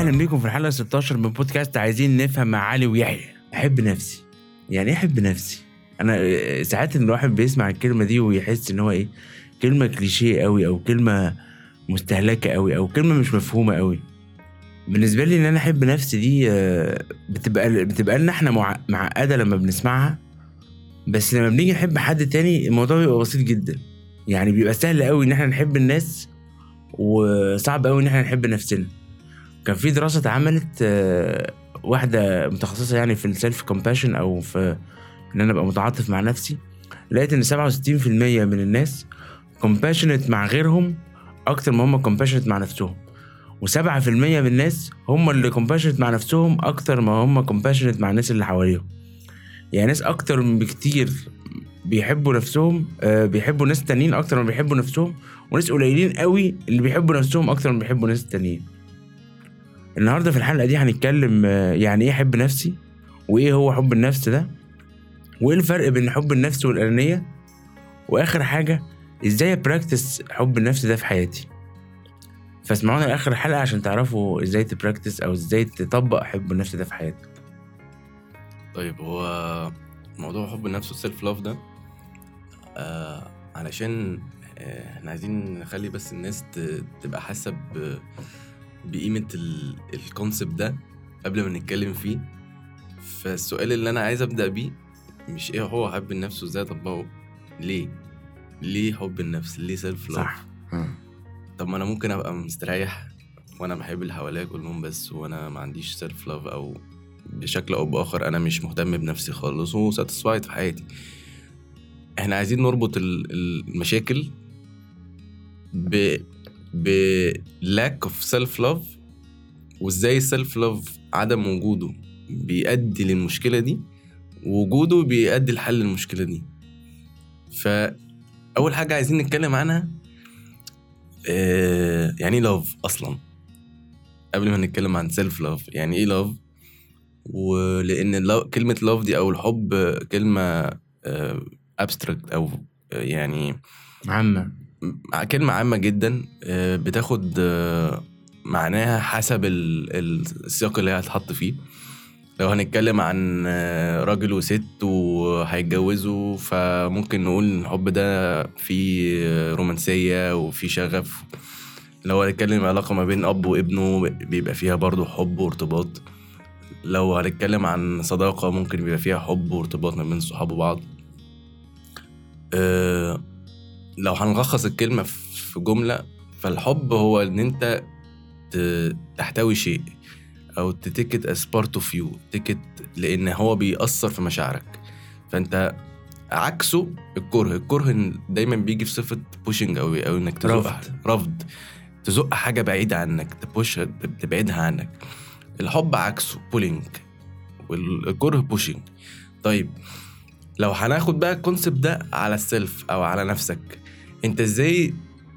اهلا بيكم في الحلقه 16 من بودكاست عايزين نفهم مع علي ويحيى. احب نفسي، يعني ايه احب نفسي؟ انا ساعات الواحد بيسمع الكلمه دي ويحس ان هو ايه، كلمه كليشيه قوي او كلمه مستهلكه قوي او كلمه مش مفهومه قوي. بالنسبه لي ان انا احب نفسي دي بتبقى لنا احنا معقده لما بنسمعها، بس لما بنيجي نحب حد تاني الموضوع بيبقى بسيط جدا. يعني بيبقى سهل قوي ان احنا نحب الناس وصعب قوي ان احنا نحب نفسنا. كان في دراسة اتعملت، واحدة متخصصة يعني في السيلف كومباشن او في ان انا ابقى متعاطف مع نفسي، لقيت ان 67% من الناس كومباشنت مع غيرهم اكتر ما هم كومباشنت مع نفسهم، و7% من الناس هم اللي كومباشنت مع نفسهم اكتر ما هم كومباشنت مع الناس اللي حواليهم. يعني ناس اكتر بكتير بيحبوا نفسهم، بيحبوا ناس تانيين اكتر ما بيحبوا نفسهم، وناس قليلين قوي اللي بيحبوا نفسهم اكتر ما بيحبوا ناس تانيين. النهاردة في الحلقة دي هنتكلم يعني ايه حب نفسي، وايه هو حب النفس ده، وايه الفرق بين حب النفس والأنانية، واخر حاجة ازاي براكتس حب النفس ده في حياتي. فاسمعونا لاخر الحلقة عشان تعرفوا ازاي تبراكتس او ازاي تطبق حب النفس ده في حياتك. طيب، هو موضوع حب النفس والسيلف لاف ده علشان احنا عايزين نخلي بس الناس تبقى حاسة بقيمة الكونسبت ده قبل ما نتكلم فيه. فالسؤال اللي انا عايز ابدأ بيه مش ايه هو حب النفس وازاي اطبقه، ليه حب النفس، ليه سيلف لاف؟ صح. طب ما انا ممكن ابقى مستريح وانا بحب اللي حواليا كلهم بس وانا ما عنديش سيلف لاف، او بشكل او باخر انا مش مهتم بنفسي خالص وساتسفايد في حياتي. احنا عايزين نربط المشاكل ب lack of self love، وازاي self love عدم وجوده بيؤدي للمشكلة دي، ووجوده بيؤدي لحل المشكلة دي. فأول حاجة عايزين نتكلم عنها يعني love أصلا، قبل ما نتكلم عن self love. يعني ايه love؟ ولأن كلمة love دي أو الحب كلمة abstract أو يعني كلمة عامة جدا، بتاخد معناها حسب السياق اللي هتحط فيه. لو هنتكلم عن راجل وست وهيتجوزوا، فممكن نقول ان الحب ده فيه رومانسية وفيه شغف. لو هنتكلم علاقة ما بين أب وابنه بيبقى فيها برضو حب وارتباط. لو هنتكلم عن صداقة ممكن بيبقى فيها حب وارتباط ما بين صحاب وبعض. لو هنلخص الكلمة في جملة، فالحب هو ان انت تحتوي شيء او تتكت as part of you، تكت لان هو بيأثر في مشاعرك. فانت عكسه الكره دايما بيجي في صفة pushing او انك رفض، تزق حاجة بعيدة عنك، تبعدها عنك. الحب عكسه pulling، والكره pushing. طيب، لو هناخد بقى الكونسبت ده على السيلف او على نفسك، انت ازاي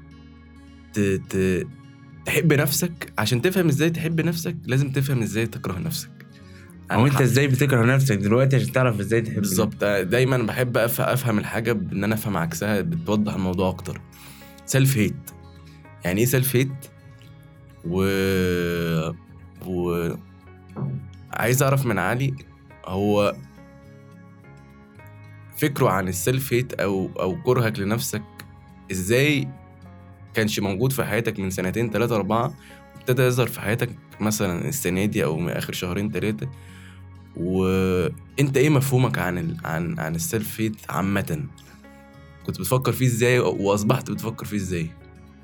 تحب نفسك؟ عشان تفهم ازاي تحب نفسك لازم تفهم ازاي تكره نفسك، او انت ازاي بتكره نفسك دلوقتي عشان تعرف ازاي تحب. بالظبط. دايما بحب افهم الحاجة بان انا افهم عكسها، بتوضح الموضوع اكتر. سيلف هيت، يعني ايه سيلف هيت؟ عايز اعرف من علي هو فكره عن السيلف هيت او كرهك لنفسك ازاي كانش موجود في حياتك من 2 3 4 ابتدى يظهر في حياتك مثلا السنة دي او من اخر 2 3 شهور. وانت ايه مفهومك عن السيلف هيت عامة؟ كنت بتفكر فيه ازاي واصبحت بتفكر فيه ازاي؟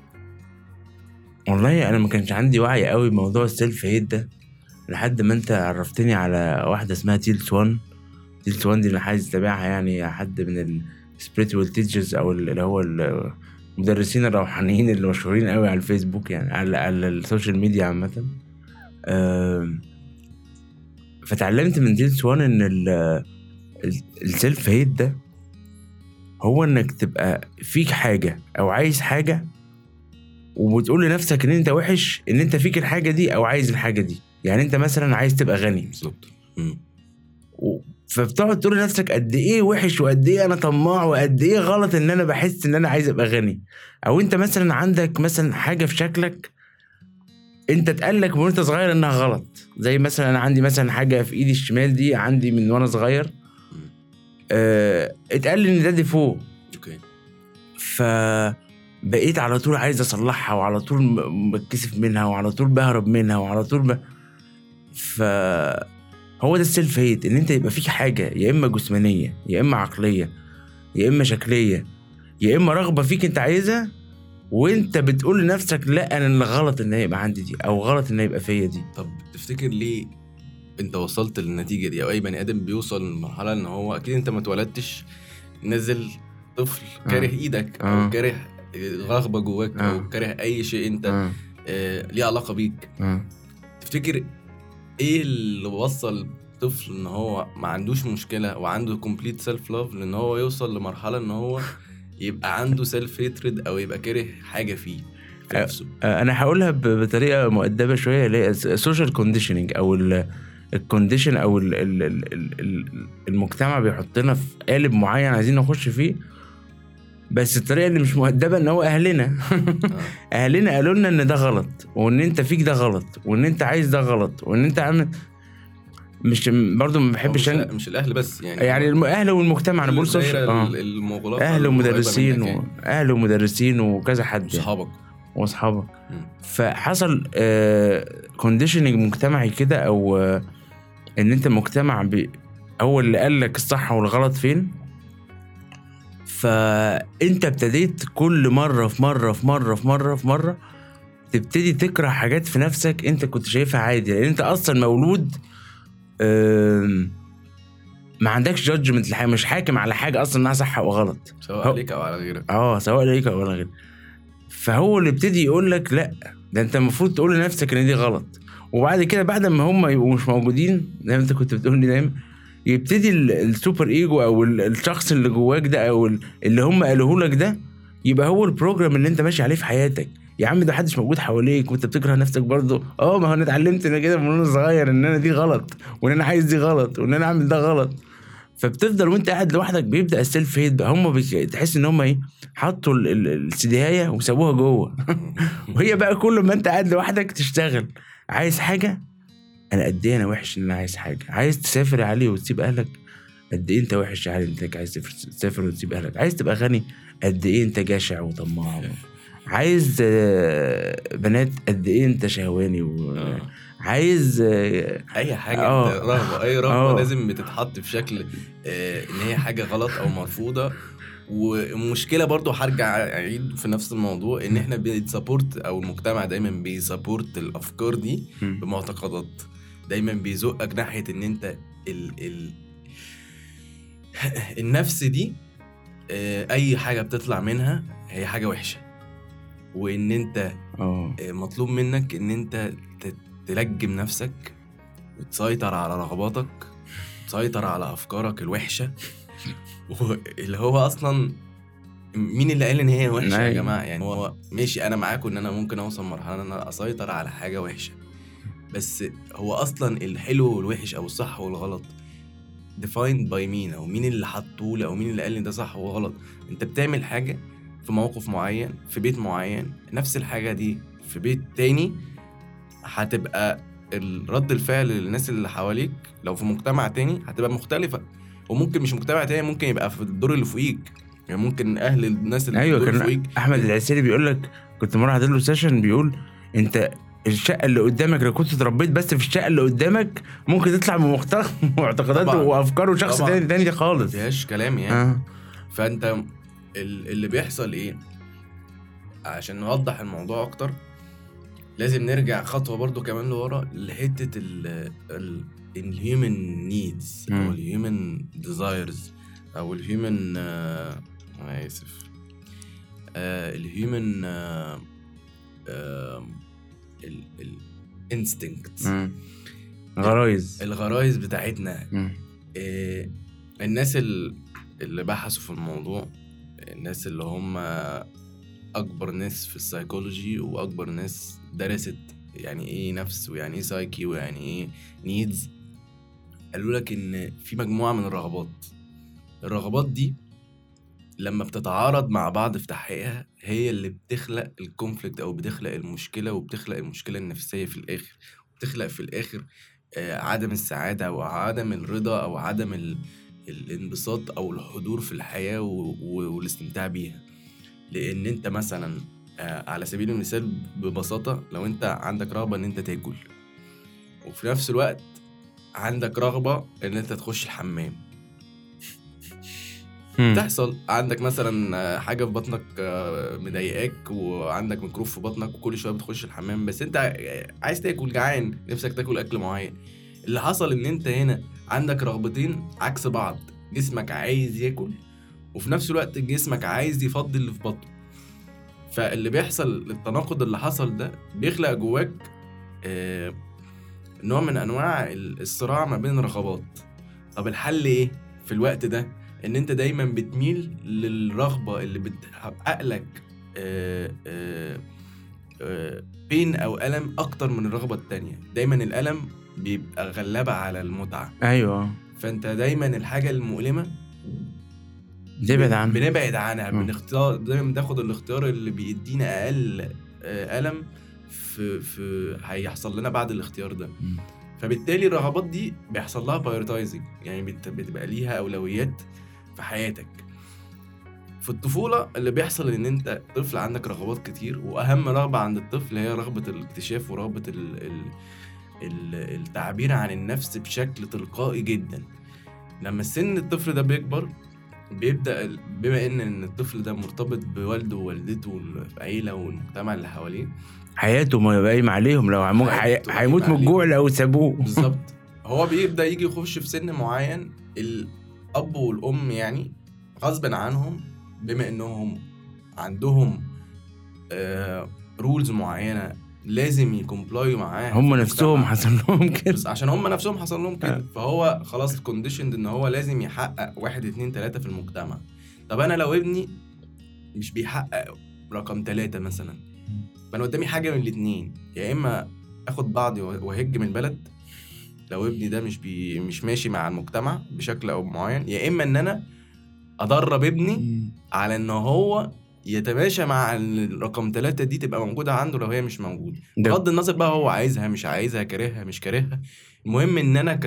والله انا ما كانش عندي وعي قوي بموضوع السيلف هيت ده لحد ما انت عرفتني على واحدة اسمها تيل سوان دي اللي عايز اتابعها، يعني حد من السبيريتوال تيتشرز او اللي هو المدرسين الروحانيين اللي مشهورين قوي على الفيسبوك، يعني على السوشيال ميديا عامة. فتعلمت من تيل سوان ان السيلف هيت ده هو انك تبقى فيك حاجة او عايز حاجة وبتقول لنفسك ان انت وحش ان انت فيك الحاجة دي او عايز الحاجة دي. يعني انت مثلا عايز تبقى غني، بالظبط، فبتقعد تقول لنفسك قد ايه وحش وقد ايه انا طماع وقد ايه غلط ان انا بحس ان انا عايز ابقى غني. او انت مثلا عندك مثلا حاجة في شكلك انت اتقالك من وانت صغير انها غلط. زي مثلا انا عندي مثلا حاجه في ايدي الشمال دي عندي من وانا صغير، اتقال لي ان ده ديفو. اوكي. فبقيت على طول عايز اصلحها، وعلى طول بتكسف منها، وعلى طول بهرب منها، وعلى طول هو ده السيلف هيت، ان انت يبقى فيك حاجه يا اما جسمانيه يا اما عقليه يا اما شكليه يا اما رغبه فيك انت عايزها، وانت بتقول لنفسك لا انا اللي غلط ان يبقى عندي دي، او غلط ان يبقى فيا دي. طب تفتكر ليه انت وصلت للنتيجه دي، او اي بني ادم بيوصل للمرحله ان هو اكيد انت ما اتولدتش نزل طفل كاره ايدك او كاره رغبه جواك او كاره اي شيء انت ليه علاقه بيك. تفتكر ايه اللي وصل طفل ان هو ما عندوش مشكله وعنده كومبليت سيلف لاف لان هو يوصل لمرحله ان هو يبقى عنده سيلف هيترد او يبقى كاره حاجه فيه في نفسه؟ انا هقولها بطريقه مؤدبه شويه، اللي هي السوشيال كونديشننج او الكونديشن او المجتمع بيحطنا في قالب معين عايزين نخش فيه، بس الطريقه اللي مش مؤدبه ان هو اهلنا اهلنا قالوا لنا ان ده غلط، وان انت فيك ده غلط، وان انت عايز ده غلط، وان انت عامل مش برضو ما بحبش مش الاهل بس يعني الاهل والمجتمع. انا بقول المغلقه، اهل ومدرسين وكذا حد، واصحابك فحصل كونديشننج مجتمعي كده، او ان انت مجتمع هو اللي قال لك الصح والغلط فين. فانت ابتديت كل مره في مره تبتدي تكره حاجات في نفسك انت كنت شايفها عادي، لان انت اصلا مولود ما عندكش جادجمنت لحاجه، مش حاكم على حاجه اصلا انها صح او غلط، سواء عليك او على غيرك. سواء عليك او على غيرك. فهو اللي ابتدي يقول لك لا ده انت المفروض تقول لنفسك ان دي غلط، وبعد كده بعد ما هم يبقوا مش موجودين زي ما انت كنت بتقول لي دايما، يبتدي السوبر ايجو او الشخص اللي جواك ده او اللي هم قالوه لك ده يبقى هو البروجرام اللي انت ماشي عليه في حياتك. يا عم ده محدش موجود حواليك وانت بتكره نفسك برضه. ما هو انا اتعلمت انا كده من وانا صغير ان انا دي غلط، وان انا عايز دي غلط، وان انا اعمل ده غلط. فبتفضل وانت قاعد لوحدك بيبدا السيلف هيت بقى. هم تحس ان هم حطوا السديهايه وسابوها جوه وهي بقى كل ما انت قاعد لوحدك تشتغل. عايز حاجه، انا قد ايه انا وحش ان انا عايز حاجه. عايز تسافر علي وتسيب اهلك، قد ايه انت وحش علي انك عايز تسافر وتسيب اهلك. عايز تبقى غني، قد ايه انت جشع وطماع. عايز بنات، قد ايه انت شهواني عايز اي حاجه انت رغبه، اي رغبه لازم بتتحط في شكل ان هي حاجه غلط او مرفوضه. ومشكله برضو هرجع اعيد في نفس الموضوع، ان احنا بنسابورت او المجتمع دايما بيسابورت الافكار دي بمعتقدات، دايما بيزقك ناحيه ان انت النفس دي اي حاجه بتطلع منها هي حاجه وحشه، وان انت مطلوب منك ان انت تلجم نفسك وتسيطر على رغباتك، تسيطر على افكارك الوحشه اللي هو اصلا مين اللي قال ان هي وحشه يا جماعه؟ يعني هو ماشي، انا معاكم ان انا ممكن اوصل مرحله ان انا اسيطر على حاجه وحشه، بس هو اصلا الحلو والوحش او الصح والغلط defined by مين، او مين اللي حطوه، او مين اللي قال ان ده صح وغلط. انت بتعمل حاجه في موقف معين في بيت معين، نفس الحاجه دي في بيت تاني هتبقى الرد الفعل للناس اللي حواليك لو في مجتمع تاني هتبقى مختلفه، وممكن مش مجتمع تاني، ممكن يبقى في الدور اللي فوقيك، يعني ممكن اهل الناس اللي في الدور اللي فوقيك. احمد العسيري بيقول لك، كنت مره حاضر له سيشن، بيقول انت الشقه اللي قدامك لو كنت اتربيت بس في الشقه اللي قدامك ممكن تطلع من معتقدات وافكار وشخص تاني خالص، ما فيهاش كلام يعني. فانت اللي بيحصل ايه، عشان نوضح الموضوع اكتر لازم نرجع خطوه برضو كمان لورا لحته الهيومن نيدز او الهيومن ديزايرز او الهيومن الهيومن الانستنكتس، الغرايز بتاعتنا. الناس اللي بحثوا في الموضوع، الناس اللي هم اكبر ناس في السايكولوجي واكبر ناس درست يعني ايه نفس ويعني ايه سايكي ويعني ايه نيدز، قالوا لك ان في مجموعه من الرغبات دي لما بتتعارض مع بعض في تحقيقها هي اللي بتخلق الكونفليكت او بتخلق المشكله، وبتخلق المشكله النفسيه في الاخر، وبتخلق في الاخر عدم السعاده او عدم الرضا او عدم الانبساط او الحضور في الحياه والاستمتاع بيها. لان انت مثلا على سبيل المثال ببساطه، لو انت عندك رغبه ان انت تاكل وفي نفس الوقت عندك رغبه ان انت تخش الحمام، تحصل عندك مثلا حاجه في بطنك مضايقاك وعندك ميكروب في بطنك وكل شويه بتخش الحمام، بس انت عايز تاكل، جعان، نفسك تاكل اكل معين. اللي حصل ان انت هنا عندك رغبتين عكس بعض، جسمك عايز ياكل وفي نفس الوقت جسمك عايز يفضي اللي في بطنه. فاللي بيحصل التناقض اللي حصل ده بيخلق جواك نوع من انواع الصراع ما بين الرغبات. طب الحل ايه في الوقت ده؟ ان انت دايما بتميل للرغبة اللي بتحقق لك بين او ألم اكتر من الرغبة التانية. دايما الألم بيبقى غلبة على المتعة. ايوه، فانت دايما الحاجة المؤلمة بنبعد عنها، بنختار دايما بناخد الاختيار اللي بيدينا اقل ألم في هيحصل لنا بعد الاختيار ده. فبالتالي الرغبات دي بيحصل لها بايورتايزنج، يعني بتبقى ليها أولويات في حياتك. في الطفولة اللي بيحصل ان انت طفل عندك رغبات كتير، واهم رغبة عند الطفل هي رغبة الاكتشاف ورغبة التعبير عن النفس بشكل تلقائي جدا. لما السن الطفل ده بيكبر بيبدأ، بما ان الطفل ده مرتبط بوالده ووالدته والعيلة والمجتمع اللي حواليه، حياته ما قايم عليهم، لو هيموت من الجوع لو سابوه. بالظبط. هو بيبدأ يجي يخش في سن معين، الأب والأم يعني غصبا عنهم بما انهم عندهم رولز معينة لازم يكمبلايوا معاها، هم نفسهم حصل لهم كده، بس عشان هم نفسهم حصل لهم كده فهو خلاص كونديشند ان هو لازم يحقق 1 2 3 في المجتمع. طب انا لو ابني مش بيحقق رقم 3 مثلا، فانا قدامي حاجة من الاتنين، يا اما اخد بعضي وهج من البلد لو ابني ده مش ماشي مع المجتمع بشكل او معين، يا اما ان انا ادرب ابني على ان هو يتماشى مع الرقم 3 دي تبقى موجودة عنده لو هي مش موجودة، بغض النظر بقى هو عايزها مش عايزها، كارهها مش كارهها. المهم ان انا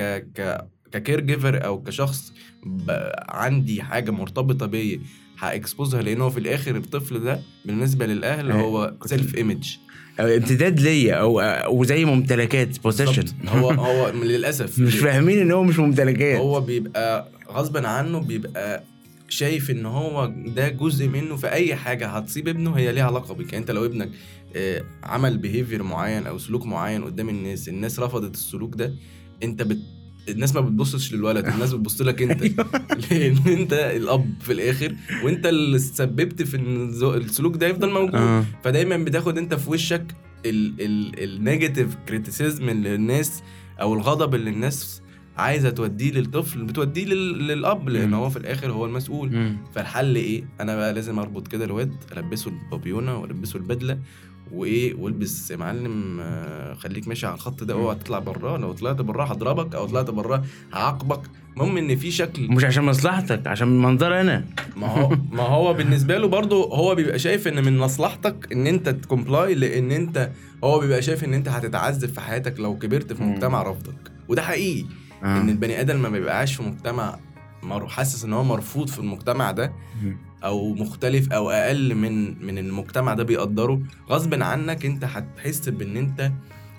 ككير جيفر او كشخص عندي حاجة مرتبطة بيا هاكسبوزها، لانه في الاخر الطفل ده بالنسبة للاهل هو سيلف ايمج، امتداد ليا او زي ممتلكات بوزيشن. هو للاسف مش فاهمين ان هو مش ممتلكات، هو بيبقى غصبا عنه بيبقى شايف ان هو ده جزء منه، في اي حاجه هتصيب ابنه هي ليها علاقه بك. انت لو ابنك عمل بيهيفير معين او سلوك معين قدام الناس رفضت السلوك ده، انت الناس ما بتبصش للولد، الناس بتبص لك انت لان انت الاب في الاخر، وانت اللي سببت في ان السلوك ده يفضل موجود. فدايما بتاخد انت في وشك النيجاتيف كريتيسيزم للناس او الغضب اللي الناس عايزه توديه للطفل بتوديه للاب، لان هو في الاخر هو المسؤول. فالحل ايه؟ انا بقى لازم اربط كده الواد، البسه البابيونه والبسه البدله وايه، والبس يا معلم، خليك ماشي على الخط ده، اوعى تطلع براه، لو طلعت براه هضربك او طلعت براه هعاقبك. المهم ان في شكل، مش عشان مصلحتك، عشان منظر انا. ما هو بالنسبه له برضو هو بيبقى شايف ان من مصلحتك ان انت تكمبلاي، لان انت هو بيبقى شايف ان انت هتتعذب في حياتك لو كبرت في مجتمع رفضك. وده حقيقي ان البني ادم ما بيبقاش في مجتمع حاسس ان هو مرفوض في المجتمع ده او مختلف او اقل من المجتمع ده بيقدره، غصب عنك انت هتحس بان انت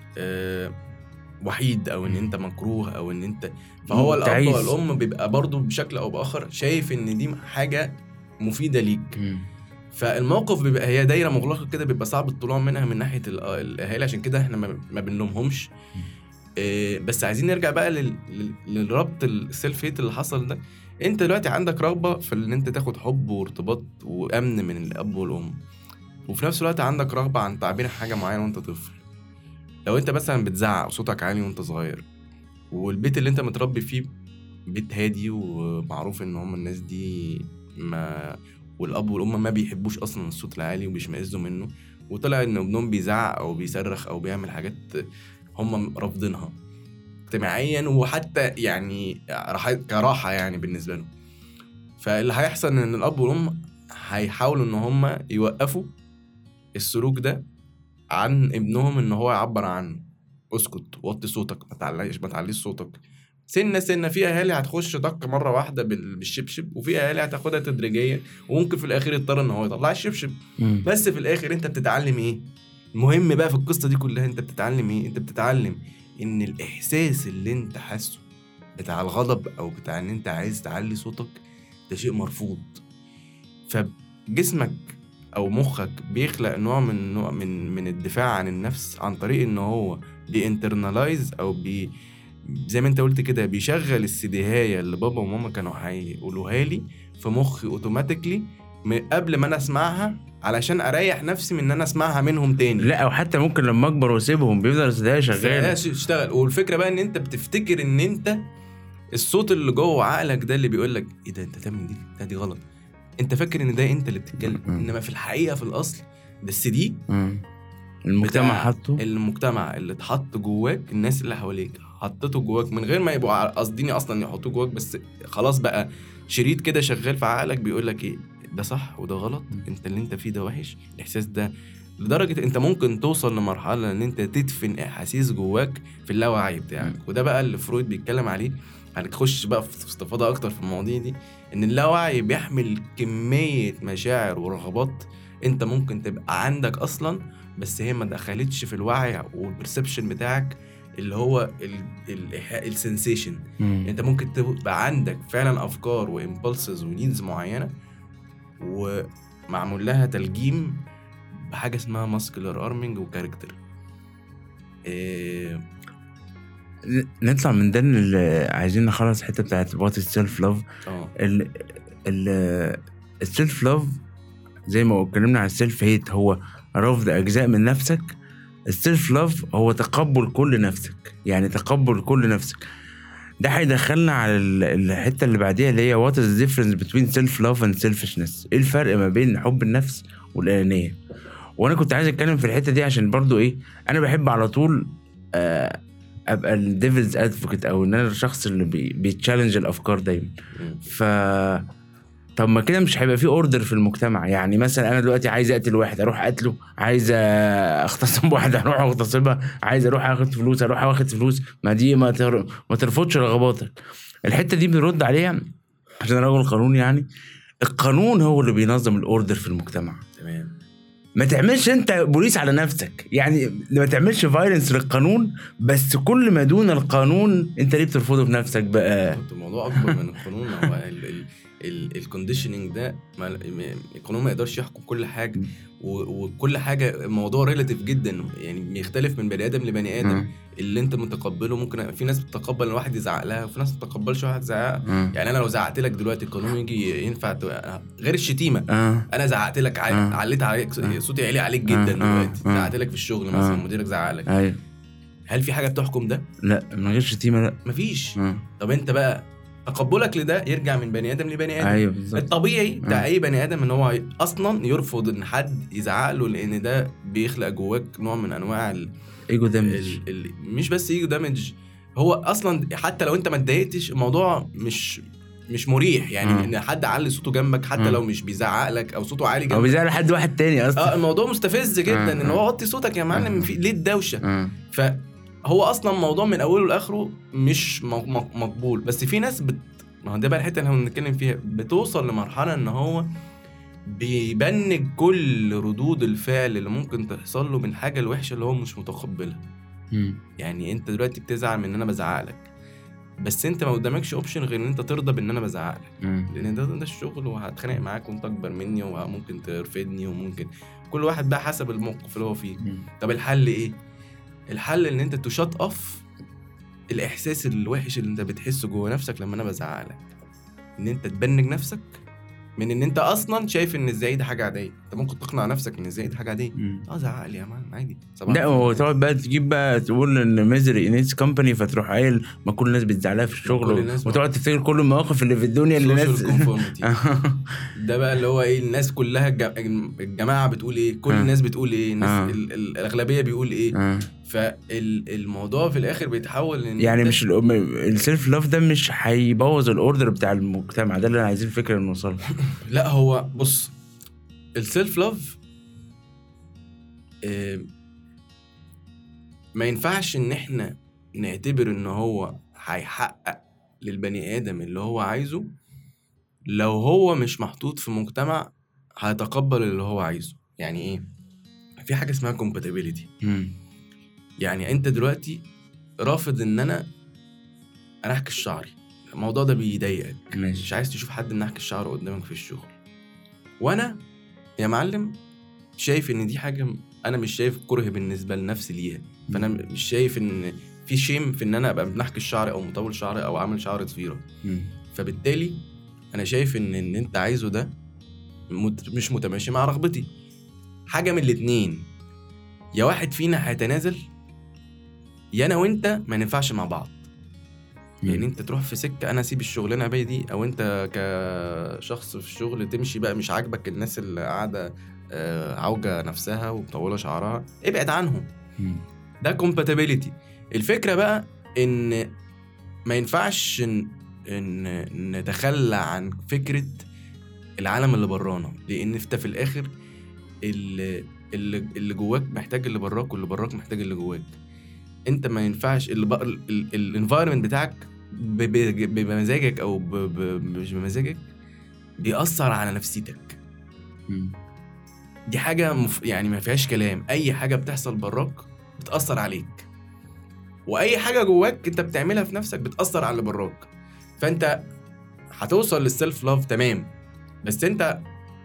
وحيد او ان انت مكروه او ان انت، فهو الاب والام بيبقى برضو بشكل او باخر شايف ان دي حاجة مفيدة ليك. فالموقف بيبقى هي دايرة مغلقة كده، بيبقى صعب الطلوع منها من ناحية الاهالي، عشان كده احنا ما بنلومهمش. بس عايزين نرجع بقى للربط السيلف هيت اللي حصل ده. انت دلوقتي عندك رغبة في ان انت تاخد حب وارتباط وامن من الاب والام، وفي نفس الوقت عندك رغبة عن تعبير حاجة معينة وانت طفل. لو انت مثلا بتزعق وصوتك عالي وانت صغير، والبيت اللي انت متربي فيه بيت هادي ومعروف ان هم الناس دي والاب والام ما بيحبوش اصلا الصوت العالي وبيشمئزوا منه، وطلع ان ابنهم بيزعق او بيصرخ او بيعمل حاجات هم رافضينها اجتماعيا وحتى يعني كراحة يعني بالنسبة له. فاللي هيحصل ان الاب والام هيحاولوا ان هم يوقفوا السلوك ده عن ابنهم ان هو يعبر عنه. اسكت، وطي صوتك، ما تعليش صوتك. سنة في اهالي هتخش دق مرة واحدة بالشبشب، وفي اهالي هتاخدها تدريجيا، وممكن في الاخر يضطر ان هو يطلع الشبشب. بس في الاخر انت بتتعلم ايه؟ المهم بقى في القصة دي كلها انت بتتعلم ايه؟ انت بتتعلم ان الاحساس اللي انت حاسه بتاع الغضب او بتاع ان انت عايز تعلي صوتك ده شيء مرفوض. فجسمك او مخك بيخلق نوع من الدفاع عن النفس عن طريق ان هو بينترنالايز او زي ما انت قلت كده بيشغل السيديهايه اللي بابا وماما كانوا هيقولوها لي في مخي اوتوماتيكلي قبل ما انا اسمعها، علشان اريح نفسي من ان انا اسمعها منهم تاني. لا، او حتى ممكن لما اكبر واسيبهم بيفضل السيديهايه شغاله تشتغل. والفكره بقى ان انت بتفتكر ان انت الصوت اللي جوه عقلك ده اللي بيقول لك ايه ده، انت تعمل دي غلط، انت فاكر ان ده انت اللي بتتكلم، انما في الحقيقه في الاصل ده السي المجتمع حطه، المجتمع اللي اتحط جواك، الناس اللي حواليك حطته جواك من غير ما يبقوا قاصدين اصلا يحطوه جواك، بس خلاص بقى شريط كده شغال في عقلك بيقول لك ايه ده صح وده غلط، انت اللي انت فيه ده وحش. الاحساس ده لدرجه انت ممكن توصل لمرحله ان انت تدفن احاسيس جواك في اللاوعي بتاعك. وده بقى اللي فرويد بيتكلم عليه. هنخش بقى في استفاضه اكتر في المواضيع دي، ان اللاوعي بيحمل كميه مشاعر ورغبات انت ممكن تبقى عندك اصلا، بس هي ما دخلتش في الوعي والبرسبشن بتاعك اللي هو السنسيشن. انت ممكن تبقى عندك فعلا افكار وامبلسز ونيدز معينه ومعمول لها تلجيم بحاجه اسمها ماسكولار ارمنج وكاركتر. نطلع من ده اللي عايزين نخلص الحته بتاعت وات السيلف لاف. السيلف لاف زي ما اتكلمنا على السيلف هيت هو رفض اجزاء من نفسك. السيلف لاف هو تقبل كل نفسك، يعني تقبل كل نفسك. ده هيدخلنا على الحته اللي بعديها اللي هي what is the difference between self love and selfishness. ايه الفرق ما بين حب النفس والانانيه؟ وانا كنت عايز اتكلم في الحته دي عشان برضو ايه، انا بحب على طول ابقى الديفلز ادفوكيت، او ان انا الشخص اللي بيتشالنج الافكار دايما. طب ما كده مش هيبقى فيه اوردر في المجتمع. يعني مثلا انا دلوقتي عايز اقتل واحد اروح اقتله، عايز اغتصب واحد اروح اغتصبها، عايز اروح اخد فلوس اروح اخد فلوس. ما دي ما ترفضش رغباتك. الحته دي بنرد عليها عشان راجل قانون. يعني القانون هو اللي بينظم الاوردر في المجتمع. تمام. ما تعملش انت بوليس على نفسك، يعني ما تعملش فايلنس للقانون، بس كل ما دون القانون انت ليه بترفضه في نفسك بقى؟ الموضوع اكبر من القانون. هو الكونديشننج ده القانون ما يقدرش يحكم كل حاجه، وكل حاجه موضوع ريلاتيف جدا، يعني بيختلف من بني ادم لبني ادم. اللي انت متقبله ممكن في ناس بتتقبل ان واحد يزعق لها، وفي ناس ما تتقبلش واحد يزعق. يعني انا لو زعقت لك دلوقتي القانون يجي ينفع غير الشتيمه. انا زعقت لك عليت عليك صوتي عالي عليك جدا دلوقتي، زعقت لك في الشغل مثلا مديرك زعق لك. هل في حاجه بتحكم ده؟ لا، من غير شتيمه لا مفيش. طب انت بقى تقبلك لده يرجع من بني ادم لبني ادم. ايوه بالظبط. الطبيعي بتاع اي بني ادم ان هو اصلا يرفض ان حد يزعق له، لان ده بيخلق جواك نوع من انواع ايجو دامج. مش بس ايجو دامج، هو اصلا حتى لو انت ما اتضايقتش الموضوع مش مريح. يعني ان حد علي صوته جنبك حتى لو مش بيزعق لك او صوته عالي جدا او بيزعق لحد واحد تاني اصلا. الموضوع مستفز جدا. ان هو وطي صوتك يا معلم، في ليه الدوشه؟ فهو اصلا موضوع من اوله لاخره مش مقبول. بس في ناس ما هو ده بقى الحته اللي احنا بنتكلم فيها، بتوصل لمرحله ان هو بيبنج كل ردود الفعل اللي ممكن تحصل له من حاجه الوحشه اللي هو مش متقبلها. يعني انت دلوقتي بتزعل من ان انا بزعق لك، بس انت ما قدامكش اوبشن غير ان انت ترضى بان انا بزعق لك، لان ده الشغل وهتخانق معاك وانت اكبر مني وممكن ترفدني، وممكن كل واحد بقى حسب الموقف اللي هو فيه. طب الحل ايه؟ الحل ان انت تشات اوف الاحساس الوحش اللي انت بتحسه جوه نفسك لما انا بزعق لك، ان انت تبنج نفسك من ان انت اصلا شايف ان ازاي ده حاجه عاديه. انت ممكن تقنع نفسك ان ازاي ده حاجه عاديه. ده عقل يا مان عادي. لا هو تقعد بقى تجيب بقى تقول ان ميزري انيس كومباني فتروح قايل ما كل الناس بتزعلها في الشغل وتقعد تفتكر كل المواقف اللي في الدنيا اللي الناس ده بقى اللي هو ايه الناس كلها الجماعه بتقول ايه كل الناس بتقول ايه الناس الاغلبيه بيقول ايه فالموضوع في الاخر بيتحول يعني مش السيلف لاف ده مش هيبوظ الاوردر بتاع المجتمع ده اللي انا عايزين فكره نوصل. لا هو بص السيلف لاف ما ينفعش ان احنا نعتبر ان هو هيحقق للبني ادم اللي هو عايزه لو هو مش محطوط في مجتمع هيتقبل اللي هو عايزه. يعني ايه؟ في حاجه اسمها compatibility. يعني انت دلوقتي رافض ان انا احكي شعري، الموضوع ده بيضايقك، مش عايز تشوف حد نحكي الشعر قدامك في الشغل، وانا يا معلم شايف ان دي حاجه انا مش شايف كره بالنسبه لنفسي ليها. فانا مش شايف ان في شيم في ان انا ابقى بنحكي الشعر او مطول شعري او عامل شعر ضفيره. فبالتالي انا شايف ان انت عايزه ده مش متماشي مع رغبتي. حاجه من الاتنين، يا واحد فينا هيتنازل يا انا وانت ما ننفعش مع بعض. يعني انت تروح في سكه انا اسيب الشغلانه بقى دي، او انت كشخص في الشغل تمشي بقى مش عاجبك الناس اللي قاعده عوجه نفسها ومطوله شعرها، ابعد عنهم. ده compatibility. الفكره بقى ان ما ينفعش ان نتخلى عن فكره العالم اللي برانا، لان انت في الاخر اللي جواك محتاج اللي براك، واللي براك محتاج اللي جواك. انت ما ينفعش الانفايرمنت بتاعك بمزاجك او مش بمزاجك بيأثر على نفسيتك. دي حاجه يعني ما فيهاش كلام. اي حاجه بتحصل براك بتأثر عليك، واي حاجه جواك انت بتعملها في نفسك بتأثر على اللي براك. فانت هتوصل للسيلف لاف تمام، بس انت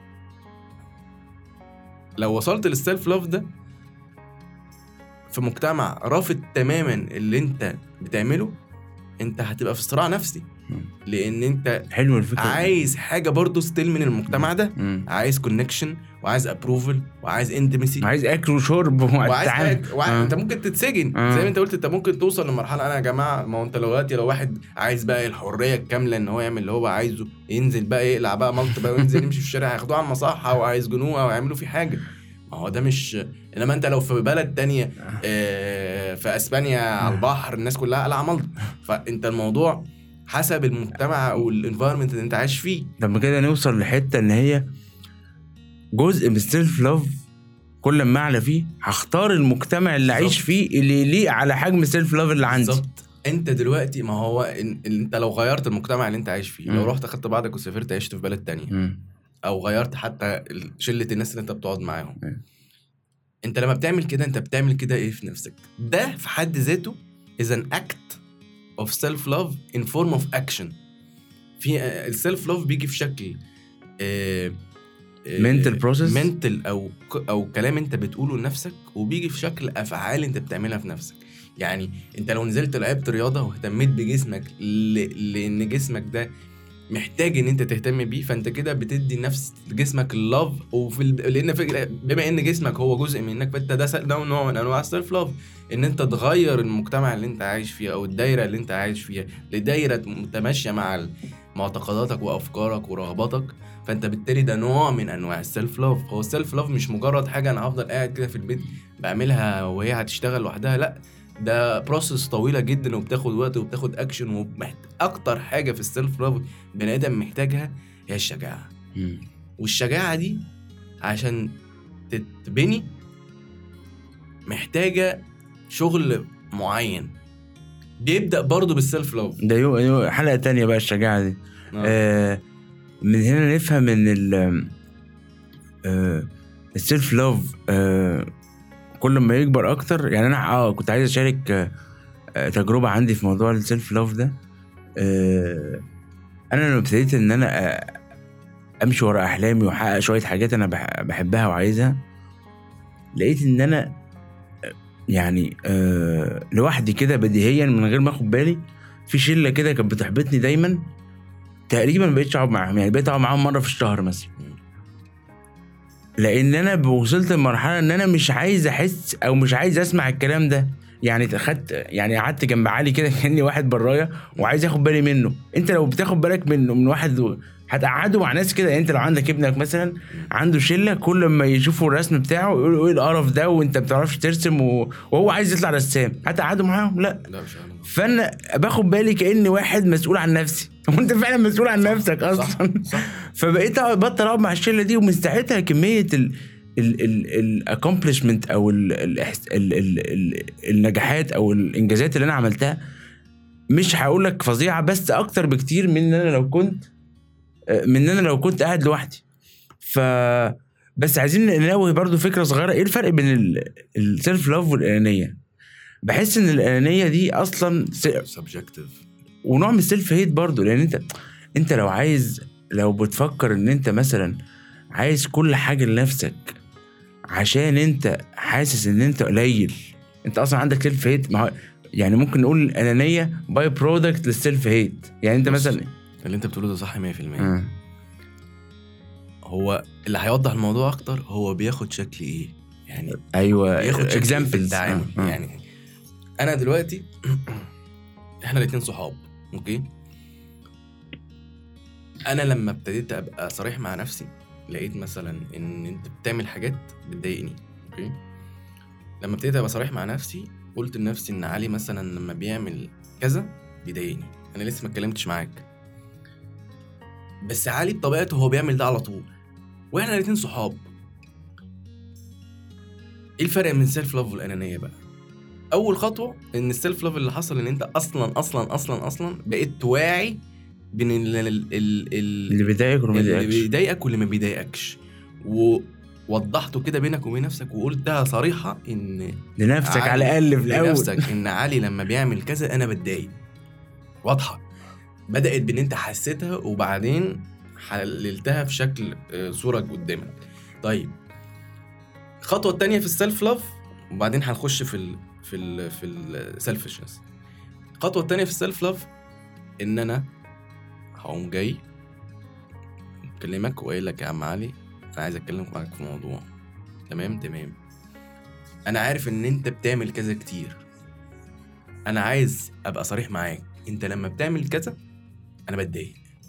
لو وصلت للسيلف لاف ده في مجتمع رافض تماما اللي انت بتعمله، انت هتبقى في صراع نفسي. لان انت حلو الفكره، عايز حاجه برضو ستيل من المجتمع ده. عايز كونكشن، وعايز ابروفل، وعايز انتمسي، وعايز اكل وشرب انت ممكن تتسجن زي ما انت قلت. انت ممكن توصل لمرحله انا يا جماعه، ما هو انت لو واحد عايز بقى الحريه الكامله ان هو يعمل اللي هو عايزه، ينزل بقى يقلع بقى ملط بقى وينزل يمشي في الشارع، هياخدوه على المصحه وعايز جنوه او يعملوا فيه حاجه. ما هو ده مش. انما انت لو في بلد تانية في اسبانيا على البحر الناس كلها قلعه ملط، فانت الموضوع حسب المجتمع او الانفايرمنت اللي انت عايش فيه. لما كده نوصل لحته ان هي جزء من السيلف لاف. كل ما اعلى فيه هختار المجتمع اللي عايش فيه اللي يليق على حجم السيلف لاف اللي عندي. بالظبط. انت دلوقتي ما هو انت لو غيرت المجتمع اللي انت عايش فيه، لو رحت اخدت بعضك وسافرت عشت في بلد تانية، او غيرت حتى شله الناس اللي انت بتقعد معاهم، انت لما بتعمل كده انت بتعمل كده ايه في نفسك؟ ده في حد ذاته is an act of self love in form of action. في السيلف love بيجي في شكل mental process، mental او كلام انت بتقوله لنفسك، وبيجي في شكل افعال انت بتعملها في نفسك. يعني انت لو نزلت لعبت رياضه واهتميت بجسمك لان جسمك ده محتاج ان انت تهتم بيه، فانت كده بتدي نفس جسمك اللاف. لان بما ان جسمك هو جزء منك، فانت ده نوع من انواع السيلف لاف، ان انت تغير المجتمع اللي انت عايش فيه او الدايره اللي انت عايش فيها لدايره متماشيه مع معتقداتك وافكارك ورغباتك. فانت بالتالي ده نوع من انواع السيلف لاف. هو السيلف لاف مش مجرد حاجه انا هفضل قاعد كده في البيت بعملها وهي هتشتغل لوحدها، لا، ده بروسس طويله جدا وبتاخد وقت وبتاخد اكشن. اكتر حاجه في السيلف لاف بني ادم محتاجها هي الشجاعه. والشجاعه دي عشان تتبني محتاجه شغل معين بيبدا برضو بالسيلف لاف. ده حلقه تانية بقى الشجاعه دي. من هنا نفهم ان السيلف لاف كل ما يكبر اكتر. يعني انا كنت عايز اشارك تجربه عندي في موضوع السيلف لاف ده. انا لما ابتديت ان انا امشي ورا احلامي واحقق شويه حاجات انا بحبها وعايزها، لقيت ان انا يعني لوحدي كده بديهيا من غير ما اخد بالي في شله كده كانت بتحبطني دايما، تقريبا ما بقيتش اقعد معاهم، يعني بقيت اقعد معاهم مره في الشهر مثلا، لان انا وصلت لمرحله ان انا مش عايز احس او مش عايز اسمع الكلام ده. يعني قعدت جنب علي كده كاني واحد برايا وعايز اخد بالي منه. انت لو بتاخد بالك من واحد هتقعده مع ناس كده. يعني انت لو عندك ابنك مثلا عنده شله، كل ما يشوفوا الرسم بتاعه يقولوا ايه القرف ده وانت بتعرفش ترسم وهو عايز يطلع رسام، هتقعده معاهم؟ لا. فانا باخد بالي كاني واحد مسؤول عن نفسي وانت فعلا مسؤول عن نفسك اصلا. صح. فبقيت بطل اقعد مع الشله دي، ومن ساعتها كميه الاكومبلشمنت او النجاحات او الانجازات اللي انا عملتها مش هقول لك فظيعه، بس اكتر بكتير من ان انا لو كنت قاعد لوحدي. بس عايزين ننوه برضو فكره صغيره. ايه الفرق بين السيلف لاف والانانيه؟ بحس ان الانانيه دي اصلا سبجكتيف ونوع من السيلف هيت برضو، لان انت لو بتفكر ان انت مثلا عايز كل حاجه لنفسك عشان انت حاسس ان انت قليل، انت اصلا عندك سيلف هيت. يعني ممكن نقول الانانيه باي برودكت للسيلف هيت. يعني انت مثلا اللي انت بتقوله ده صح 100%. هو اللي هيوضح الموضوع اكتر هو بياخد شكل ايه، يعني ايوه بياخد شكل اكزامبلز. يعني انا دلوقتي احنا الاتنين صحاب، اوكي. انا لما ابتديت ابقى صريح مع نفسي لقيت مثلا ان انت بتعمل حاجات بتضايقني، اوكي. لما ابتديت ابقى صريح مع نفسي قلت لنفسي ان علي مثلا لما بيعمل كذا بيضايقني. انا لسه ما اتكلمتش معاك، بس علي بطبيعته هو بيعمل ده على طول، واحنا الاتنين صحاب. ايه الفرق من السيلف لاف والانانيه بقى؟ اول خطوه ان السيلف لاف اللي حصل ان انت اصلا بقيت واعي بين اللي بيضايقك واللي ما بيضايقكش، ووضحته كده بينك وبين نفسك وقلتها صريحه ان لنفسك على الاقل في الاول لنفسك ان علي لما بيعمل كذا انا بتضايق. واضحه، بدات بان انت حسيتها وبعدين حللتها في شكل صوره قدامك. طيب الخطوه الثانيه في السيلف لاف، وبعدين هنخش في السيلفشنس. الخطوه الثانيه في السيلف لاف ان انا هقوم جاي اكلمك وقايل لك يا عم علي انا عايز اتكلم معاك في موضوع. تمام انا عارف ان انت بتعمل كذا كتير، انا عايز ابقى صريح معاك، انت لما بتعمل كذا انا بتضايق.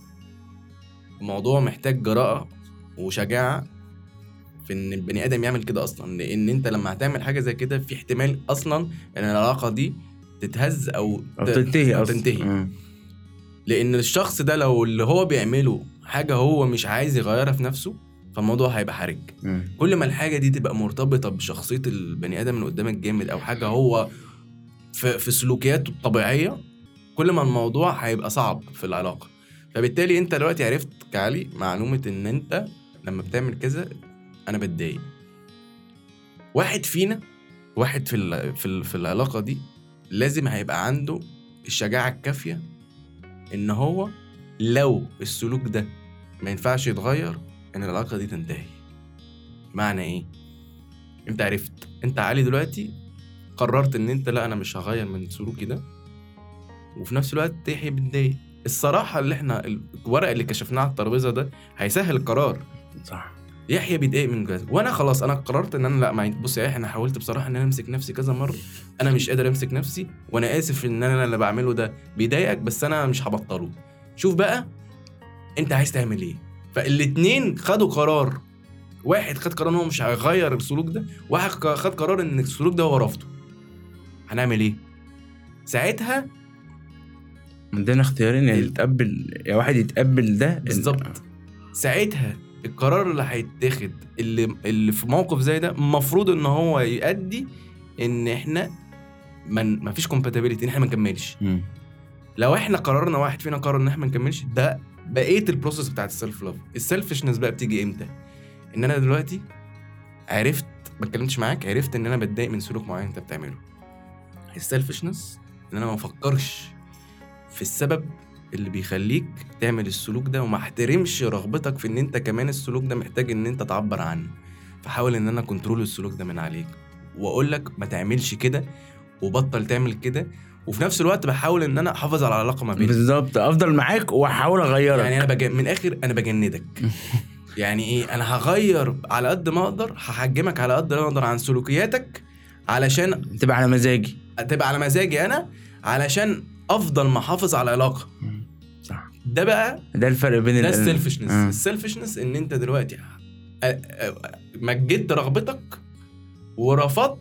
الموضوع محتاج جراءة وشجاعة في ان البني ادم يعمل كده اصلا، لان انت لما هتعمل حاجة زي كده في احتمال اصلا ان العلاقة دي تتهز او تنتهي. لان الشخص ده لو اللي هو بيعمله حاجة هو مش عايز يغيرها في نفسه فالموضوع هيبقى حرج. كل ما الحاجة دي تبقى مرتبطة بشخصية البني ادم اللي قدامك جامد او حاجة هو في سلوكياته الطبيعية، كل ما الموضوع هيبقى صعب في العلاقة. فبالتالي انت دلوقتي عرفت كعلي معلومة ان انت لما بتعمل كذا انا بتضايق. واحد فينا في العلاقة دي لازم هيبقى عنده الشجاعة الكافية ان هو لو السلوك ده ما ينفعش يتغير ان العلاقة دي تنتهي. معنى ايه؟ انت عرفت، انت علي دلوقتي قررت ان انت لا انا مش هغير من سلوكي ده، وفي نفس الوقت يحيى بتضايق. الصراحة اللي احنا الورق اللي كشفناه على الترابيزة ده هيسهل القرار. صح. يحيى بيتضايق من كذا وانا خلاص انا قررت ان انا لا ما بص يا يحيى انا حاولت بصراحة ان انا امسك نفسي كذا مرة، انا مش قادر امسك نفسي وانا اسف ان انا اللي بعمله ده بيضايقك بس انا مش هبطله. شوف بقى انت عايز تعمل ايه. فالاتنين خدوا قرار، واحد خد قرار ان هو مش هيغير السلوك ده، واحد خد قرار ان السلوك ده هو رفضه. هنعمل ايه ساعتها؟ عندنا اختيارين، يعني يتقبل يا واحد يتقبل ده بالظبط. ساعتها القرار اللي هيتاخد اللي في موقف زي ده المفروض ان هو يؤدي ان احنا ما فيش compatibility، ان احنا ما نكملش. لو احنا قررنا واحد فينا قرر ان احنا ما نكملش، ده بقيه البروسيس بتاعت السيلف لاف. السيلفشنس بقى بتيجي امتى؟ ان انا دلوقتي عرفت ما اتكلمتش معاك، عرفت ان انا بتضايق من سلوك معين انت بتعمله. السيلفشنس ان انا ما افكرش في السبب اللي بيخليك تعمل السلوك ده، وما احترمش رغبتك في ان انت كمان السلوك ده محتاج ان انت تعبر عنه. فحاول ان انا كنترول السلوك ده من عليك واقول لك ما تعملش كده وبطل تعمل كده، وفي نفس الوقت بحاول ان انا احافظ على العلاقه ما بيننا. بالظبط، افضل معاك واحاول اغيرك. يعني انا من الاخر انا بجندك. يعني ايه؟ انا هغير على قد ما اقدر، هحجمك على قد ما اقدر عن سلوكياتك علشان تبقى على مزاجي، تبقى على مزاجي انا، علشان افضل محافظ على العلاقه. صح. ده بقى ده الفرق بين ده السيلفشنس. السيلفشنس ان انت دلوقتي مجدت رغبتك ورفضت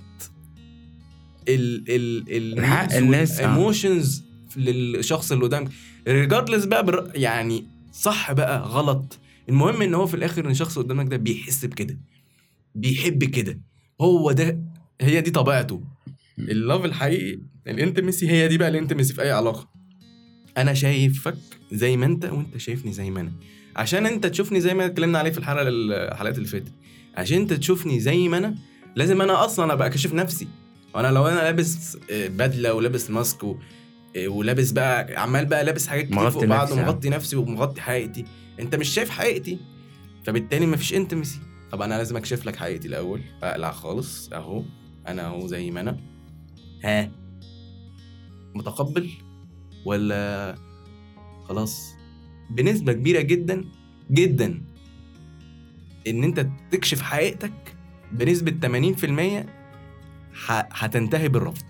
الناس ايموشنز للشخص اللي قدامك، ريجاردلس بقى يعني صح بقى غلط. المهم ان هو في الاخر ان الشخص اللي قدامك ده بيحس بكده، بيحب كده، هو ده، هي دي طبيعته. اللوف الحقيقي الانتمسي، هي دي بقى الانتمسي في اي علاقه. انا شايفك زي ما انت وانت شايفني زي ما انا. عشان انت تشوفني زي ما اتكلمنا عليه في الحلقات اللي فاتت، عشان انت تشوفني زي ما انا لازم انا اصلا ابقى كاشف نفسي. وانا لو انا لابس بدله ولابس ماسك ولابس بقى عمال بقى لابس حاجات كتير فوق بعض ومغطي نفسي ومغطي حقيقتي، انت مش شايف حقيقتي، فبالتالي مفيش انتمسي. طب انا لازم اكشف لك حقيقتي الاول، اقلع خالص اهو، انا اهو زي ما انا. ها، متقبل ولا خلاص؟ بنسبة كبيرة جدا جدا ان انت تكشف حقيقتك بنسبة 80% هتنتهي بالرفض.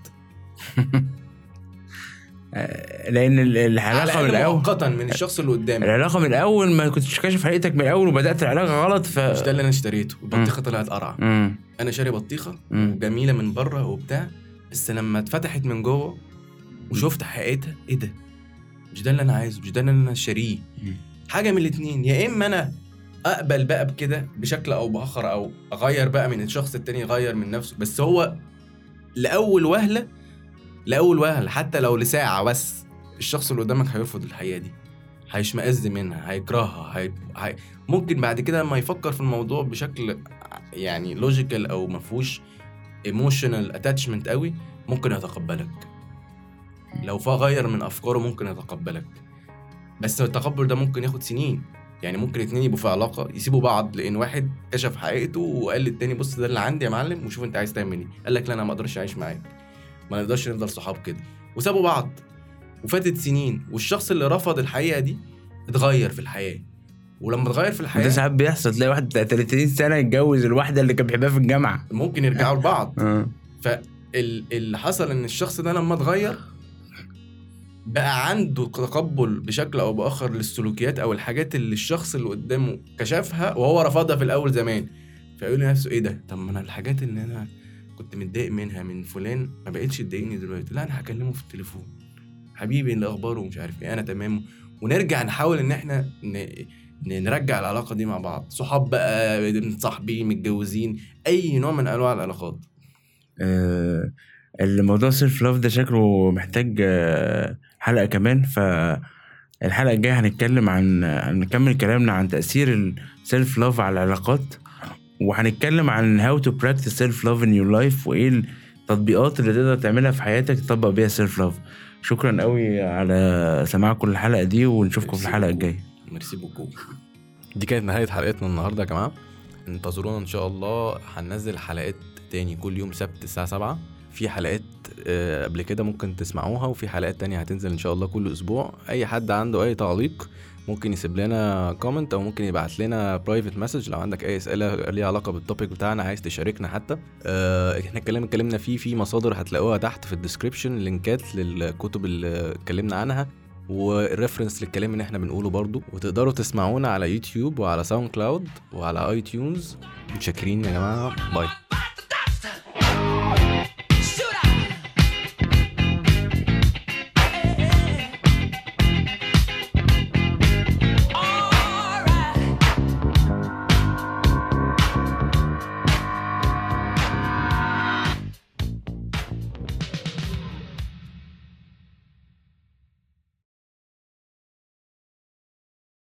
لان العلاقه من الاول مؤقتا من الشخص اللي قدامك، العلاقه من الاول ما كنتش كاشف حقيقتك من الاول وبدات العلاقه غلط. مش ده اللي انا اشتريته. البطيخه طلعت قرعه. انا شاري بطيخه وجميله من بره وبتاع، بس لما اتفتحت من جوه وشفت حقيقتها، ايه ده؟ مش ده اللي انا عايزه، مش ده اللي انا شاريه. حاجه من الاثنين، يا اما انا اقبل بقى بكده بشكل او باخر، او اغير بقى من الشخص التاني يغير من نفسه. بس هو لاول وهله حتى لو لساعه بس، الشخص اللي قدامك هيرفض الحقيقه دي، هيشمئز منها، هيكرهها، ممكن بعد كده لما يفكر في الموضوع بشكل يعني لوجيكال او مفهوش ايموشنال اتاتشمنت قوي، ممكن يتقبلك. لو غير من افكاره ممكن يتقبلك، بس التقبل ده ممكن ياخد سنين. يعني ممكن اتنين يبقوا في علاقه يسيبوا بعض لان واحد كشف حقيقته وقال للتاني بص ده اللي عندي يا معلم وشوف انت عايز تعمل ايه. قال لك لا انا ما اقدرش اعيش معاك، ما نقدرش نفضل صحاب كده، وسابوا بعض وفاتت سنين، والشخص اللي رفض الحقيقه دي اتغير في الحياه. ولما اتغير في الحياه ده ساعات بيحصل، تلاقي واحد 30 سنه يتجوز الواحده اللي كان بيحبها في الجامعه، ممكن يرجعوا لبعض. فاللي حصل ان الشخص ده لما اتغير بقى عنده تقبل بشكل او باخر للسلوكيات او الحاجات اللي الشخص اللي قدامه كشفها وهو رفضها في الاول زمان. فيقول لنفسه ايه ده؟ طب ما انا الحاجات اللي انا كنت متضايق منها من فلان ما بقتش تضايقني دلوقتي، لا انا هكلمه في التليفون، حبيبي اللي اخباره ومش عارف ايه، انا تمام. ونرجع نحاول ان احنا نرجع العلاقه دي مع بعض، صحاب بقى، متصاحبين، متجوزين، اي نوع من انواع العلاقات. الموضوع سيلف لاف ده شكله محتاج حلقه كمان. فالحلقه الجايه هنتكلم نكمل كلامنا عن تاثير السيلف لاف على العلاقات، وهنتكلم عن how to practice self love in your life، وايه التطبيقات اللي تقدر تعملها في حياتك تطبق بيها self love. شكرا قوي على سماعكم الحلقه دي، ونشوفكم في الحلقه الجايه. ميرسي بوكو. دي كانت نهايه حلقتنا النهارده يا جماعه. انتظرونا ان شاء الله، هننزل حلقات تاني كل يوم سبت الساعه 7. في حلقات قبل كده ممكن تسمعوها، وفي حلقات تانية هتنزل ان شاء الله كل اسبوع. اي حد عنده اي تعليق ممكن يسيب لنا كومنت، او ممكن يبعت لنا برايفت مسج لو عندك اي اسئله ليها علاقه بالتوبيك بتاعنا عايز تشاركنا حتى. احنا اتكلمنا في مصادر هتلاقوها تحت في الديسكريبشن، لينكات للكتب اللي اتكلمنا عنها والريفرنس للكلام اللي احنا بنقوله برضو. وتقدروا تسمعونا على يوتيوب وعلى ساوند كلاود وعلى اي تيونز. متشكرين يا جماعه، باي.